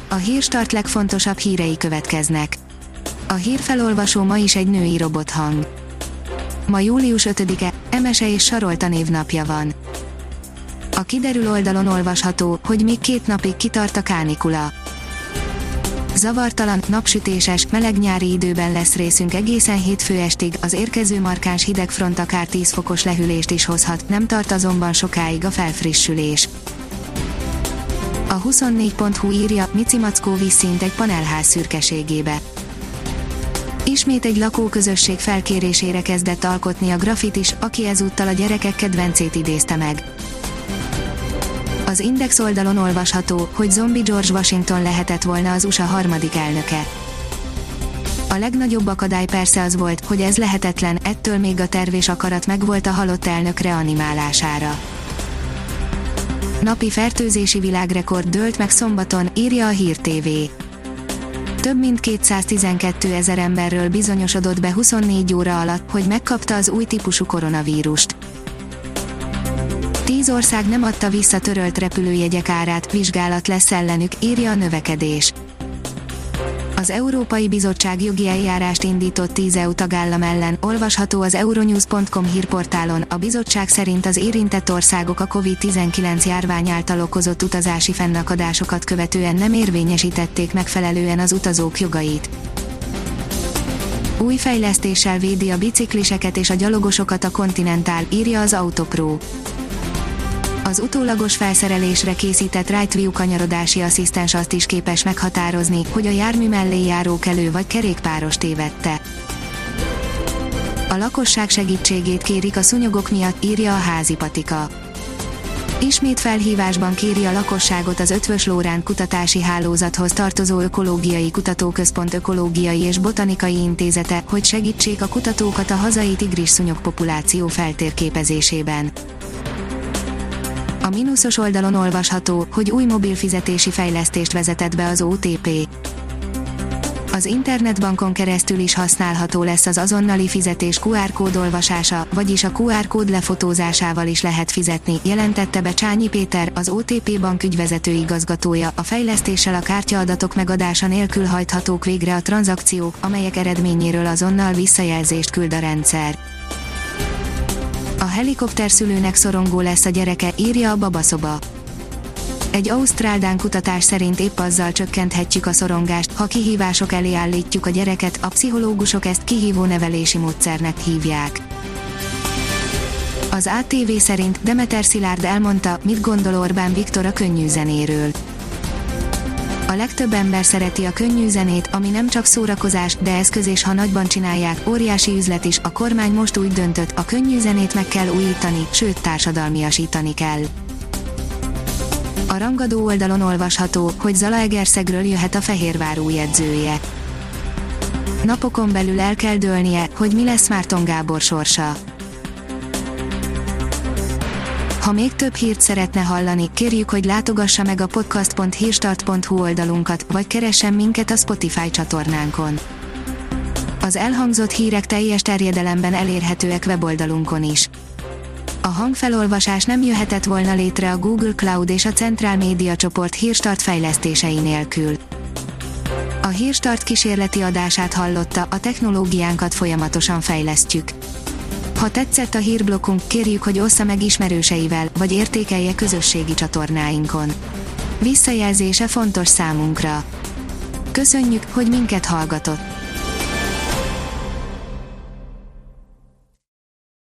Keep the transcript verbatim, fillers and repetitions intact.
A Hírstart legfontosabb hírei következnek. A hírfelolvasó ma is egy női robothang. Ma július ötödike, Emese és Sarolta névnapja van. A Kiderül oldalon olvasható, hogy még két napig kitart a kánikula. Zavartalan, napsütéses, meleg nyári időben lesz részünk egészen hétfő estig, az érkező markáns hidegfront akár tíz fokos lehűlést is hozhat, nem tart azonban sokáig a felfrissülés. A huszonnégy pont hu írja, Mici Mackó vízszint egy panelház szürkeségébe. Ismét egy lakóközösség felkérésére kezdett alkotni a grafitis, aki ezúttal a gyerekek kedvencét idézte meg. Az Index oldalon olvasható, hogy zombi George Washington lehetett volna az u es á harmadik elnöke. A legnagyobb akadály persze az volt, hogy ez lehetetlen, ettől még a terv és akarat megvolt a halott elnök reanimálására. Napi fertőzési világrekord dőlt meg szombaton, írja a Hír té vé. Több mint kétszáztizenkettőezer emberről bizonyosodott be huszonnégy óra alatt, hogy megkapta az új típusú koronavírust. Tíz ország nem adta vissza törölt repülőjegyek árát, vizsgálat lesz ellenük, írja a Növekedés. Az Európai Bizottság jogi eljárást indított tíz é u tagállam ellen, olvasható az euronews pont com hírportálon. A bizottság szerint az érintett országok a kovid tizenkilenc járvány által okozott utazási fennakadásokat követően nem érvényesítették megfelelően az utazók jogait. Új fejlesztéssel védi a bicikliseket és a gyalogosokat a Continental, írja az Autopro. Az utólagos felszerelésre készített Right View kanyarodási asszisztens azt is képes meghatározni, hogy a jármű mellé járókelő vagy kerékpáros tévedte. A lakosság segítségét kérik a szúnyogok miatt, írja a Házi Patika. Ismét felhívásban kéri a lakosságot az Eötvös Loránd Kutatási Hálózathoz tartozó Ökológiai Kutatóközpont Ökológiai és Botanikai Intézete, hogy segítsék a kutatókat a hazai tigrisszúnyog populáció feltérképezésében. A mínuszos oldalon olvasható, hogy új mobilfizetési fejlesztést vezetett be az o té pé. Az internetbankon keresztül is használható lesz az azonnali fizetés kú ár kód olvasása, vagyis a kú ár kód lefotózásával is lehet fizetni, jelentette be Csányi Péter, az o té pé bank ügyvezető igazgatója. A fejlesztéssel a kártyaadatok megadása nélkül hajthatók végre a tranzakciók, amelyek eredményéről azonnal visszajelzést küld a rendszer. A helikopterszülőnek szorongó lesz a gyereke, írja a Babaszoba. Egy ausztrál dán kutatás szerint épp azzal csökkenthetjük a szorongást, ha kihívások elé állítjuk a gyereket, a pszichológusok ezt kihívó nevelési módszernek hívják. Az á té vé szerint Demeter Szilárd elmondta, mit gondol Orbán Viktor a könnyű zenéről. A legtöbb ember szereti a könnyű zenét, ami nem csak szórakozás, de eszköz, és ha nagyban csinálják, óriási üzlet is. A kormány most úgy döntött, a könnyű zenét meg kell újítani, sőt társadalmiasítani kell. A rangadó oldalon olvasható, hogy Zalaegerszegről jöhet a Fehérvár új edzője. Napokon belül el kell dőlnie, hogy mi lesz Márton Gábor sorsa. Ha még több hírt szeretne hallani, kérjük, hogy látogassa meg a podcast pont hírstart pont hu oldalunkat, vagy keressen minket a Spotify csatornánkon. Az elhangzott hírek teljes terjedelemben elérhetőek weboldalunkon is. A hangfelolvasás nem jöhetett volna létre a Google Cloud és a Centrál Média csoport Hírstart fejlesztései nélkül. A Hírstart kísérleti adását hallotta, a technológiánkat folyamatosan fejlesztjük. Ha tetszett a hírblokkunk, kérjük, hogy ossza meg ismerőseivel, vagy értékelje közösségi csatornáinkon. Visszajelzése fontos számunkra. Köszönjük, hogy minket hallgatott!